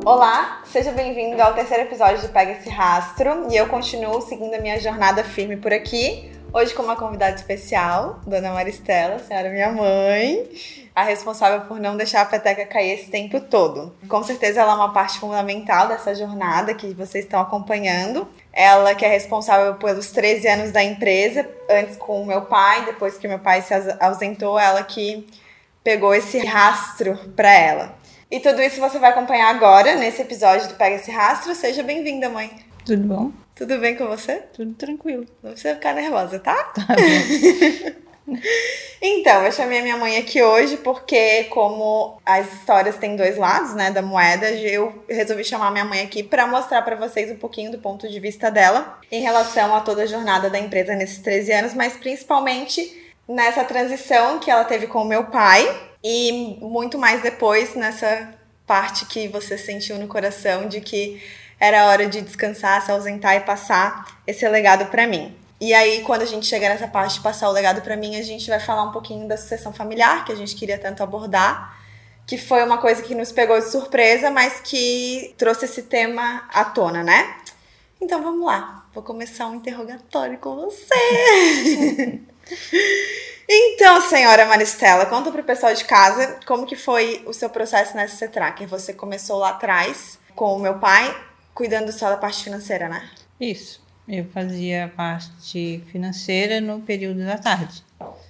Olá, seja bem-vindo ao terceiro episódio do Pega Esse Rastro e eu continuo seguindo a minha jornada firme por aqui, hoje com uma convidada especial, Dona Maristela, a senhora minha mãe, a responsável por não deixar a peteca cair esse tempo todo. Com certeza ela é uma parte fundamental dessa jornada que vocês estão acompanhando. Ela que é responsável pelos 13 anos da empresa, antes com o meu pai, depois que meu pai se ausentou, ela que pegou esse rastro para ela. E tudo isso você vai acompanhar agora, nesse episódio do Pega Esse Rastro. Seja bem-vinda, mãe. Tudo bom? Tudo bem com você? Tudo tranquilo. Não precisa ficar nervosa, tá? Tá bom. Então, eu chamei a minha mãe aqui hoje porque, como as histórias têm dois lados, né, da moeda, eu resolvi chamar minha mãe aqui para mostrar para vocês um pouquinho do ponto de vista dela em relação a toda a jornada da empresa nesses 13 anos, mas principalmente nessa transição que ela teve com o meu pai. E muito mais depois, nessa parte que você sentiu no coração de que era hora de descansar, se ausentar e passar esse legado pra mim. E aí, quando a gente chegar nessa parte de passar o legado pra mim, a gente vai falar um pouquinho da sucessão familiar, que a gente queria tanto abordar, que foi uma coisa que nos pegou de surpresa, mas que trouxe esse tema à tona, né? Então, vamos lá. Vou começar um interrogatório com você. Então, senhora Maristela, conta pro pessoal de casa como que foi o seu processo nessa C-Tracker. Você começou lá atrás com o meu pai, cuidando só da parte financeira, né? Isso. Eu fazia a parte financeira no período da tarde.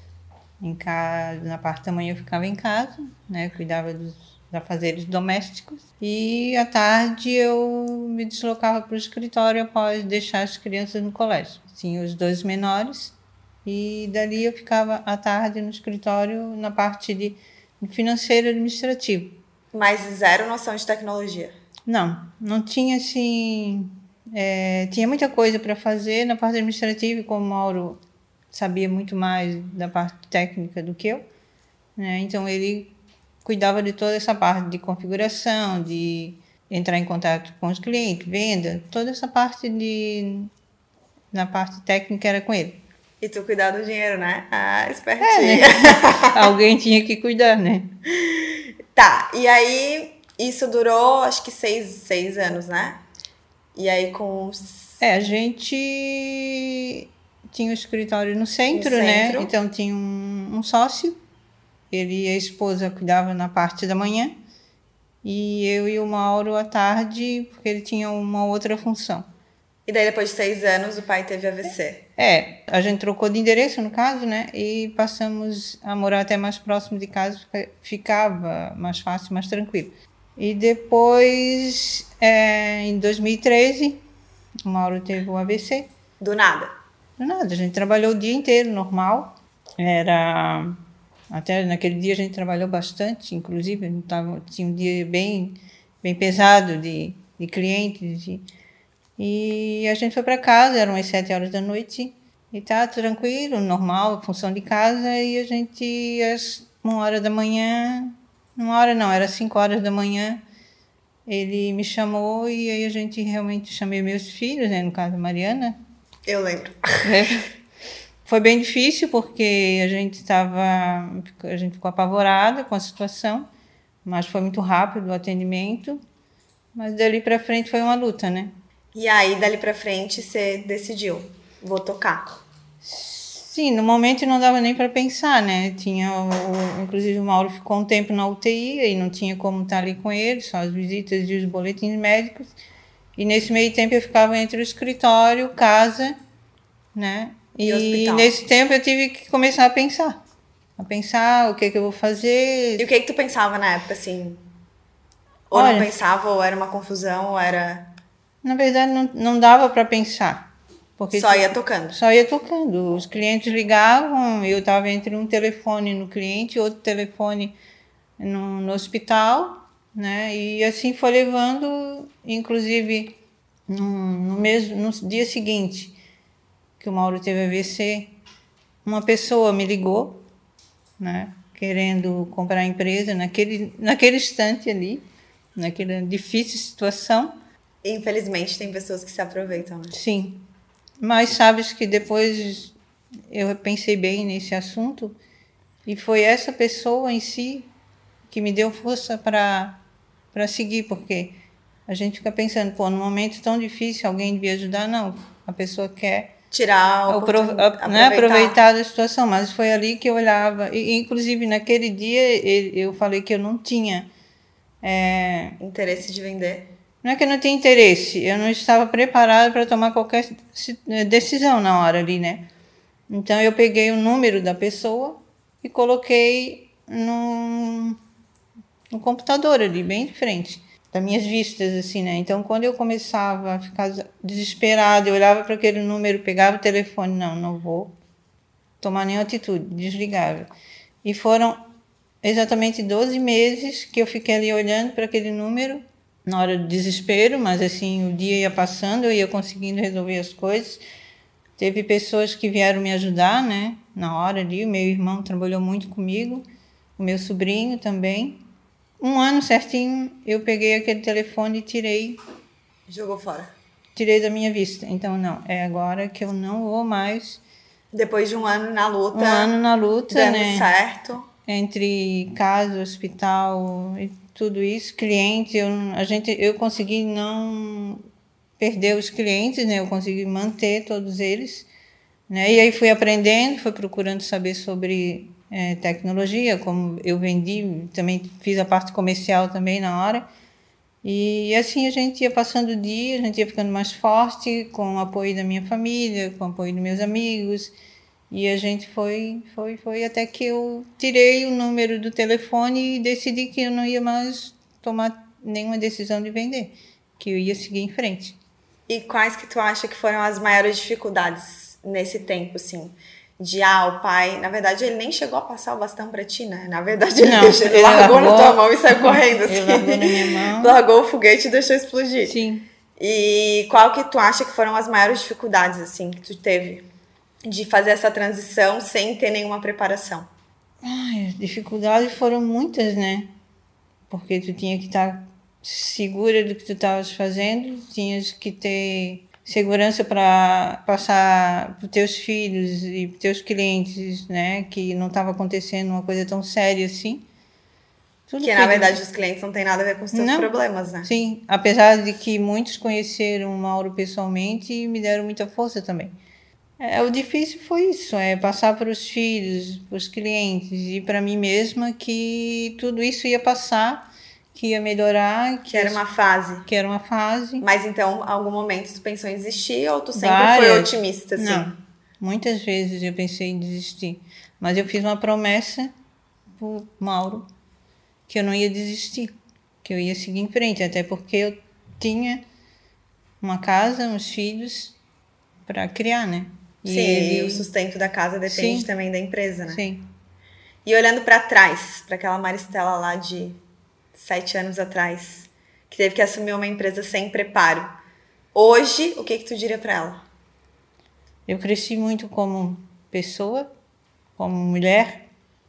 Na parte da manhã eu ficava em casa, né? Cuidava dos afazeres domésticos. E à tarde eu me deslocava para o escritório após deixar as crianças no colégio. Tinha os dois menores. E dali eu ficava à tarde no escritório na parte de financeiro e administrativo. Mas zero noção de tecnologia? Não tinha assim... tinha muita coisa para fazer na parte administrativa, e como o Mauro sabia muito mais da parte técnica do que eu, né? Então ele cuidava de toda essa parte de configuração, de entrar em contato com os clientes, venda, toda essa parte na parte técnica era com ele. E tu cuidar do dinheiro, né? Ah, espertinha. Né? Alguém tinha que cuidar, né? Tá, e aí isso durou acho que seis anos, né? E aí com... a gente tinha um escritório no centro, né? Então tinha um sócio, ele e a esposa cuidavam na parte da manhã, e eu e o Mauro à tarde, porque ele tinha uma outra função. E daí, depois de 6 anos, o pai teve AVC. A gente trocou de endereço, no caso, né? E passamos a morar até mais próximo de casa, ficava mais fácil, mais tranquilo. E depois, em 2013, o Mauro teve o AVC. Do nada? Do nada. A gente trabalhou o dia inteiro, normal. Até naquele dia a gente trabalhou bastante, inclusive. Tinha um dia bem pesado de clientes, e a gente foi para casa, eram umas 7 horas da noite, e tá tranquilo, normal, função de casa, e a gente, às 1h da manhã, 1h não, era 5 horas da manhã, ele me chamou, e aí a gente realmente chamei meus filhos, né, no caso a Mariana. Eu lembro. Foi bem difícil, porque a gente ficou apavorada com a situação, mas foi muito rápido o atendimento, mas dali para frente foi uma luta, né? E aí, dali pra frente, você decidiu, vou tocar. Sim, no momento não dava nem para pensar, né? Inclusive o Mauro ficou um tempo na UTI e não tinha como estar ali com ele, só as visitas e os boletins médicos. E nesse meio tempo eu ficava entre o escritório, casa, né? E nesse tempo eu tive que começar a pensar o que eu vou fazer. E o que tu pensava na época, assim? Ou não pensava, ou era uma confusão, ou era... Na verdade, não dava para pensar. Porque só ia tocando? Só ia tocando. Os clientes ligavam, eu estava entre um telefone no cliente e outro telefone no hospital, né? E assim foi levando, inclusive, no dia seguinte que o Mauro teve AVC, uma pessoa me ligou, né? Querendo comprar a empresa naquele instante ali, naquela difícil situação. Infelizmente, tem pessoas que se aproveitam, né? Sim. Mas sabes que depois eu pensei bem nesse assunto e foi essa pessoa em si que me deu força para seguir, porque a gente fica pensando, pô, num momento tão difícil, alguém devia ajudar? Não, a pessoa quer aproveitar da situação, mas foi ali que eu olhava, e inclusive naquele dia eu falei que eu não tinha interesse de vender. Não é que eu não tinha interesse, eu não estava preparada para tomar qualquer decisão na hora ali, né? Então eu peguei o número da pessoa e coloquei no computador ali, bem de frente das minhas vistas, assim, né? Então, quando eu começava a ficar desesperada, eu olhava para aquele número, pegava o telefone, não vou tomar nenhuma atitude, desligava. E foram exatamente 12 meses que eu fiquei ali olhando para aquele número, na hora do desespero, mas assim, o dia ia passando, eu ia conseguindo resolver as coisas. Teve pessoas que vieram me ajudar, né? Na hora ali, o meu irmão trabalhou muito comigo, o meu sobrinho também. Um ano certinho, eu peguei aquele telefone e tirei. Jogou fora. Tirei da minha vista. Então, não, é agora que eu não vou mais. Depois de um ano na luta. Um ano na luta, dando né? certo. Entre casa, hospital e tudo isso, cliente, eu consegui não perder os clientes, né? Eu consegui manter todos eles, né? E aí fui aprendendo, fui procurando saber sobre tecnologia, como eu vendi, também fiz a parte comercial também na hora. E assim a gente ia passando o dia, a gente ia ficando mais forte, com o apoio da minha família, com o apoio dos meus amigos. E a gente foi até que eu tirei o número do telefone e decidi que eu não ia mais tomar nenhuma decisão de vender, que eu ia seguir em frente. E quais que tu acha que foram as maiores dificuldades nesse tempo, assim? O pai, na verdade, ele nem chegou a passar o bastão pra ti, né? Na verdade, ele largou na tua mão e saiu correndo, assim. Ele largou na minha mão. Largou o foguete e deixou explodir. Sim. E qual que tu acha que foram as maiores dificuldades, assim, que tu teve de fazer essa transição sem ter nenhuma preparação? As dificuldades foram muitas, né? Porque tu tinha que estar segura do que tu estavas fazendo, tinhas que ter segurança para passar para os teus filhos e para os teus clientes, né? Que não estava acontecendo uma coisa tão séria assim. Tudo que, na verdade, os clientes não têm nada a ver com os teus problemas, né? Sim, apesar de que muitos conheceram o Mauro pessoalmente e me deram muita força também. O difícil foi isso, passar para os filhos, para os clientes e para mim mesma que tudo isso ia passar, que ia melhorar. Que era uma fase. Que era uma fase. Mas então, em algum momento tu pensou em desistir ou tu sempre foi otimista, assim? Não, muitas vezes eu pensei em desistir. Mas eu fiz uma promessa pro Mauro que eu não ia desistir, que eu ia seguir em frente, até porque eu tinha uma casa, uns filhos para criar, né? E o sustento da casa depende também da empresa, né? Sim. E olhando para trás, para aquela Maristela lá de 7 anos atrás, que teve que assumir uma empresa sem preparo. Hoje, o que tu diria para ela? Eu cresci muito como pessoa, como mulher.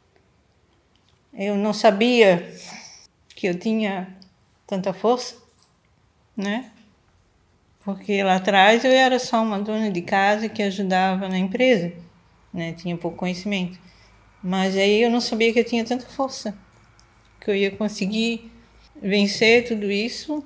Eu não sabia que eu tinha tanta força, né? Porque lá atrás eu era só uma dona de casa que ajudava na empresa, né? Tinha pouco conhecimento. Mas aí eu não sabia que eu tinha tanta força, que eu ia conseguir vencer tudo isso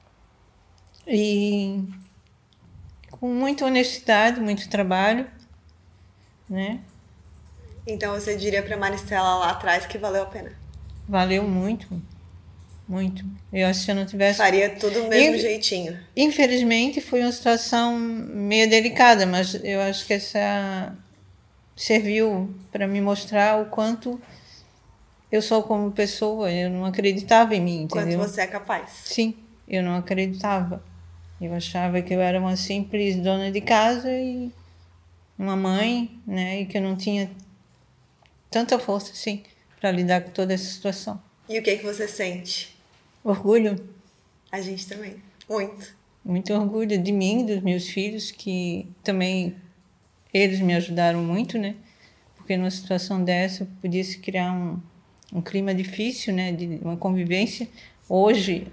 e com muita honestidade, muito trabalho, né? Então você diria para Maristela lá atrás que valeu a pena? Valeu muito. Muito. Eu acho que se eu não tivesse... Faria tudo do mesmo jeitinho. Infelizmente foi uma situação meio delicada, mas eu acho que essa serviu para me mostrar o quanto eu sou como pessoa. Eu não acreditava em mim, entendeu? Quanto você é capaz. Sim, eu não acreditava. Eu achava que eu era uma simples dona de casa e uma mãe, né? E que eu não tinha tanta força, assim, para lidar com toda essa situação. E o que você sente? Orgulho. A gente também. Muito. Muito orgulho de mim, dos meus filhos, que também eles me ajudaram muito, né? Porque numa situação dessa podia se criar um clima difícil, né? De uma convivência. Hoje,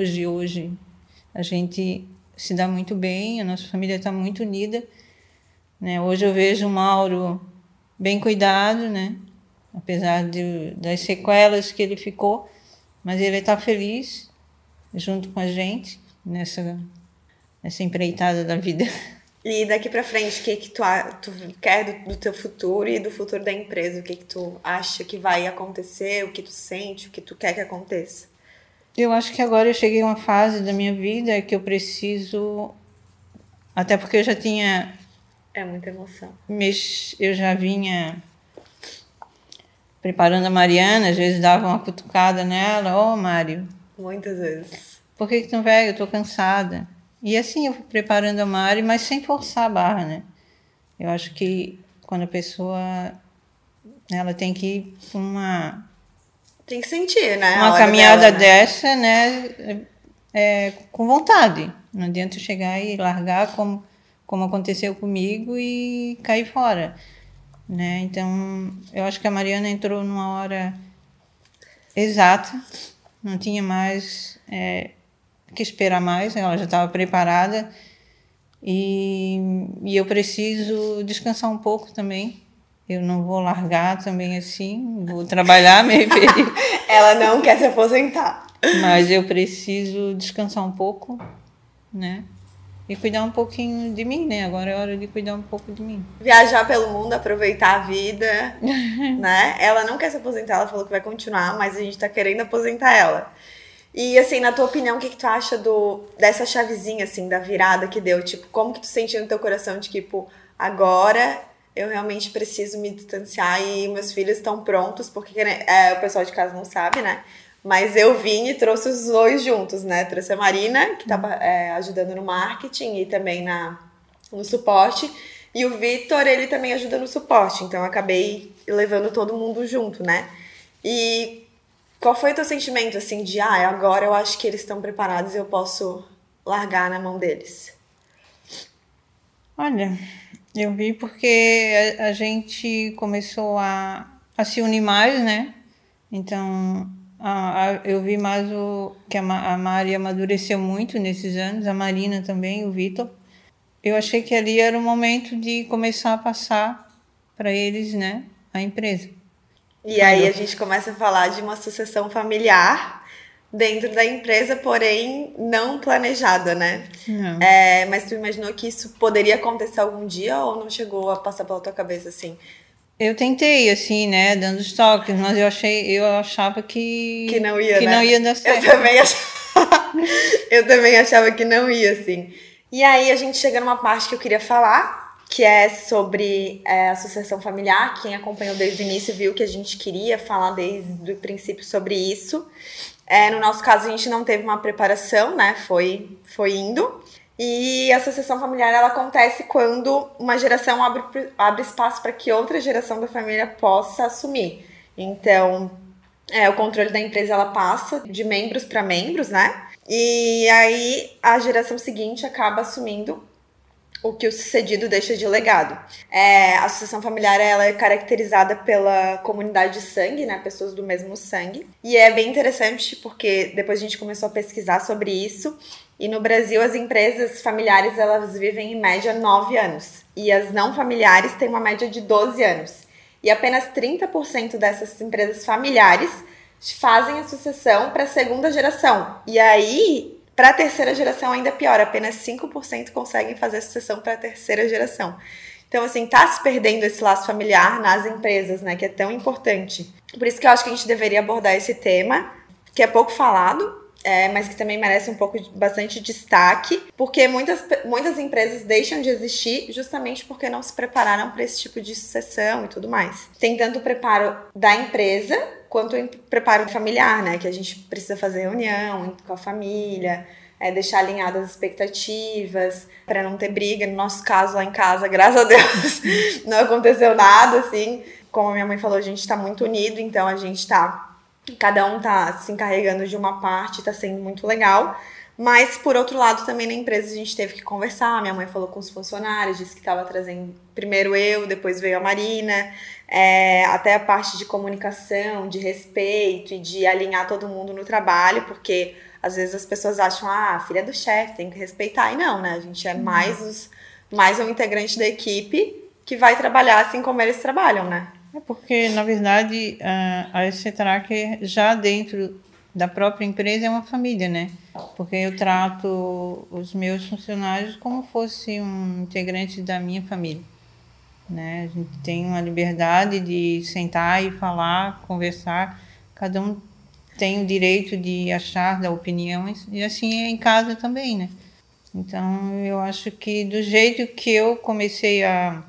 a gente se dá muito bem, a nossa família está muito unida, né? Hoje eu vejo o Mauro bem cuidado, né? Apesar das sequelas que ele ficou, mas ele está feliz, junto com a gente nessa empreitada da vida. E daqui pra frente, o que tu quer do teu futuro e do futuro da empresa? O que tu acha que vai acontecer? O que tu sente? O que tu quer que aconteça? Eu acho que agora eu cheguei a uma fase da minha vida que eu preciso... Até porque eu já tinha... É muita emoção. Eu já vinha preparando a Mariana, às vezes dava uma cutucada nela. Ô, Mário... Muitas vezes. Por que tu não vai? Eu tô cansada. E assim eu fui preparando a Mari, mas sem forçar a barra, né? Eu acho que quando a pessoa... Ela tem que ir com tem que sentir, né? Uma caminhada dela, né? Dessa, né? Com vontade. Não adianta chegar e largar como aconteceu comigo e cair fora, né? Então, eu acho que a Mariana entrou numa hora exata. Não tinha mais que esperar mais. Ela já estava preparada. E eu preciso descansar um pouco também. Eu não vou largar também assim, vou trabalhar meio período. Ela não quer se aposentar. Mas eu preciso descansar um pouco, né? E cuidar um pouquinho de mim, né? Agora é hora de cuidar um pouco de mim. Viajar pelo mundo, aproveitar a vida, né? Ela não quer se aposentar, ela falou que vai continuar, mas a gente tá querendo aposentar ela. E assim, na tua opinião, o que tu acha dessa chavezinha, assim, da virada que deu? Tipo, como que tu sentiu no teu coração de tipo, agora eu realmente preciso me distanciar e meus filhos estão prontos, porque o pessoal de casa não sabe, né? Mas eu vim e trouxe os dois juntos, né? Trouxe a Marina, que tá ajudando no marketing e também no suporte. E o Vitor, ele também ajuda no suporte. Então, eu acabei levando todo mundo junto, né? E qual foi o teu sentimento, assim, de agora eu acho que eles estão preparados e eu posso largar na mão deles? Olha... Eu vi porque a gente começou a se unir mais, né? Então, eu vi mais que a Mari amadureceu muito nesses anos, a Marina também, o Vitor. Eu achei que ali era o momento de começar a passar para eles, né, a empresa. E aí a gente começa a falar de uma sucessão familiar dentro da empresa, porém não planejada, né? Não. Mas tu imaginou que isso poderia acontecer algum dia ou não chegou a passar pela tua cabeça assim? Eu tentei, assim, né, dando os toques, mas eu achava que não ia, que né? não ia dar certo. Eu também achava que não ia, assim. E aí a gente chega numa parte que eu queria falar, que é sobre a sucessão familiar. Quem acompanhou desde o início viu que a gente queria falar desde o princípio sobre isso. No nosso caso, a gente não teve uma preparação, né? Foi indo. E a sucessão familiar, ela acontece quando uma geração abre espaço para que outra geração da família possa assumir. Então, o controle da empresa, ela passa de membros para membros, né? E aí, a geração seguinte acaba assumindo o que o sucedido deixa de legado. A sucessão familiar, ela é caracterizada pela comunidade de sangue, né? Pessoas do mesmo sangue. E é bem interessante porque depois a gente começou a pesquisar sobre isso. E no Brasil, as empresas familiares, elas vivem em média 9 anos. E as não familiares têm uma média de 12 anos. E apenas 30% dessas empresas familiares fazem a sucessão para a segunda geração. E aí... Para a terceira geração ainda é pior, apenas 5% conseguem fazer a sucessão para a terceira geração. Então, assim, tá se perdendo esse laço familiar nas empresas, né, que é tão importante. Por isso que eu acho que a gente deveria abordar esse tema, que é pouco falado, mas que também merece bastante destaque, porque muitas empresas deixam de existir justamente porque não se prepararam para esse tipo de sucessão e tudo mais. Tem tanto o preparo da empresa quanto o preparo familiar, né? Que a gente precisa fazer reunião com a família, deixar alinhadas as expectativas, para não ter briga. No nosso caso, lá em casa, graças a Deus, não aconteceu nada, assim. Como a minha mãe falou, a gente tá muito unido, então a gente cada um tá se encarregando de uma parte, tá sendo muito legal. Mas, por outro lado, também na empresa a gente teve que conversar. Minha mãe falou com os funcionários, disse que estava trazendo primeiro eu, depois veio a Marina. Até a parte de comunicação, de respeito e de alinhar todo mundo no trabalho, porque às vezes as pessoas acham, filha do chefe, tem que respeitar. E não, né? A gente é mais um integrante da equipe que vai trabalhar assim como eles trabalham, né? Porque, na verdade, a SC Tracker, já dentro da própria empresa é uma família, né? Porque eu trato os meus funcionários como fosse um integrante da minha família, né? A gente tem uma liberdade de sentar e falar, conversar, cada um tem o direito de achar, dar opiniões, e assim é em casa também, né? Então, eu acho que do jeito que eu comecei a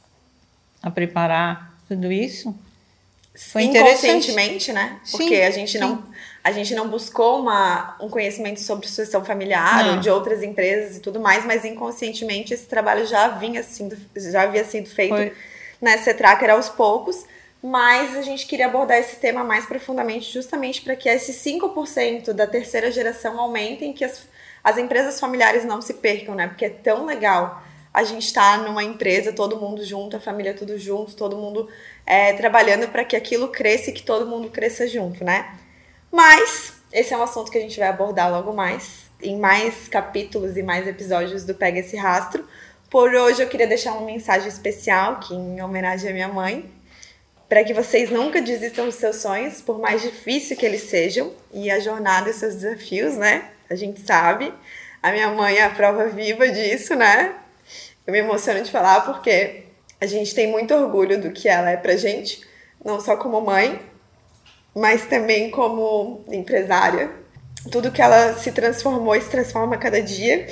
preparar tudo isso, foi interessante. Inconscientemente, né? Porque a gente não buscou um conhecimento sobre sucessão familiar ou de outras empresas e tudo mais, mas inconscientemente esse trabalho já havia sido feito na C-Tracker aos poucos, mas a gente queria abordar esse tema mais profundamente justamente para que esses 5% da terceira geração aumentem, que as empresas familiares não se percam, né? Porque é tão legal a gente estar numa empresa, todo mundo junto, a família tudo junto, todo mundo trabalhando para que aquilo cresça e que todo mundo cresça junto, né? Mas esse é um assunto que a gente vai abordar logo mais, em mais capítulos e mais episódios do Pega Esse Rastro. Por hoje eu queria deixar uma mensagem especial, que em homenagem à minha mãe, para que vocês nunca desistam dos seus sonhos, por mais difícil que eles sejam, e a jornada e seus desafios, né? A gente sabe. A minha mãe é a prova viva disso, né? Eu me emociono de falar porque a gente tem muito orgulho do que ela é pra gente, não só como mãe, mas também como empresária. Tudo que ela se transformou e se transforma a cada dia.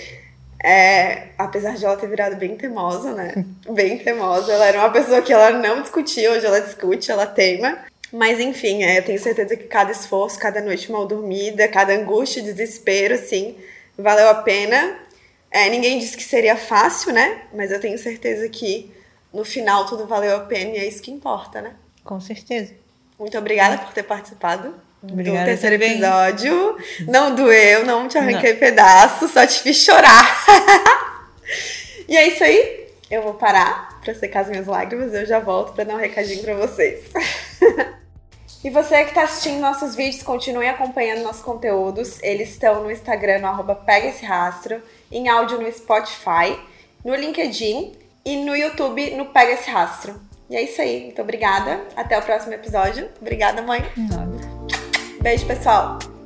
Apesar de ela ter virado bem teimosa, né? Bem teimosa. Ela era uma pessoa que ela não discutia, hoje ela discute, ela teima. Mas enfim, eu tenho certeza que cada esforço, cada noite mal dormida, cada angústia e desespero, assim, valeu a pena. Ninguém disse que seria fácil, né? Mas eu tenho certeza que no final tudo valeu a pena e é isso que importa, né? Com certeza. Muito obrigada por ter participado do terceiro também. episódio. Não doeu, não te arranquei pedaços, só te fiz chorar. E é isso aí. Eu vou parar pra secar as minhas lágrimas e eu já volto pra dar um recadinho pra vocês. E você que tá assistindo nossos vídeos, continue acompanhando nossos conteúdos. Eles estão no Instagram, no @Pega Esse Rastro, em áudio no Spotify, no LinkedIn e no YouTube, no Pega Esse Rastro. E é isso aí. Muito obrigada. Até o próximo episódio. Obrigada, mãe. Nada. Beijo, pessoal.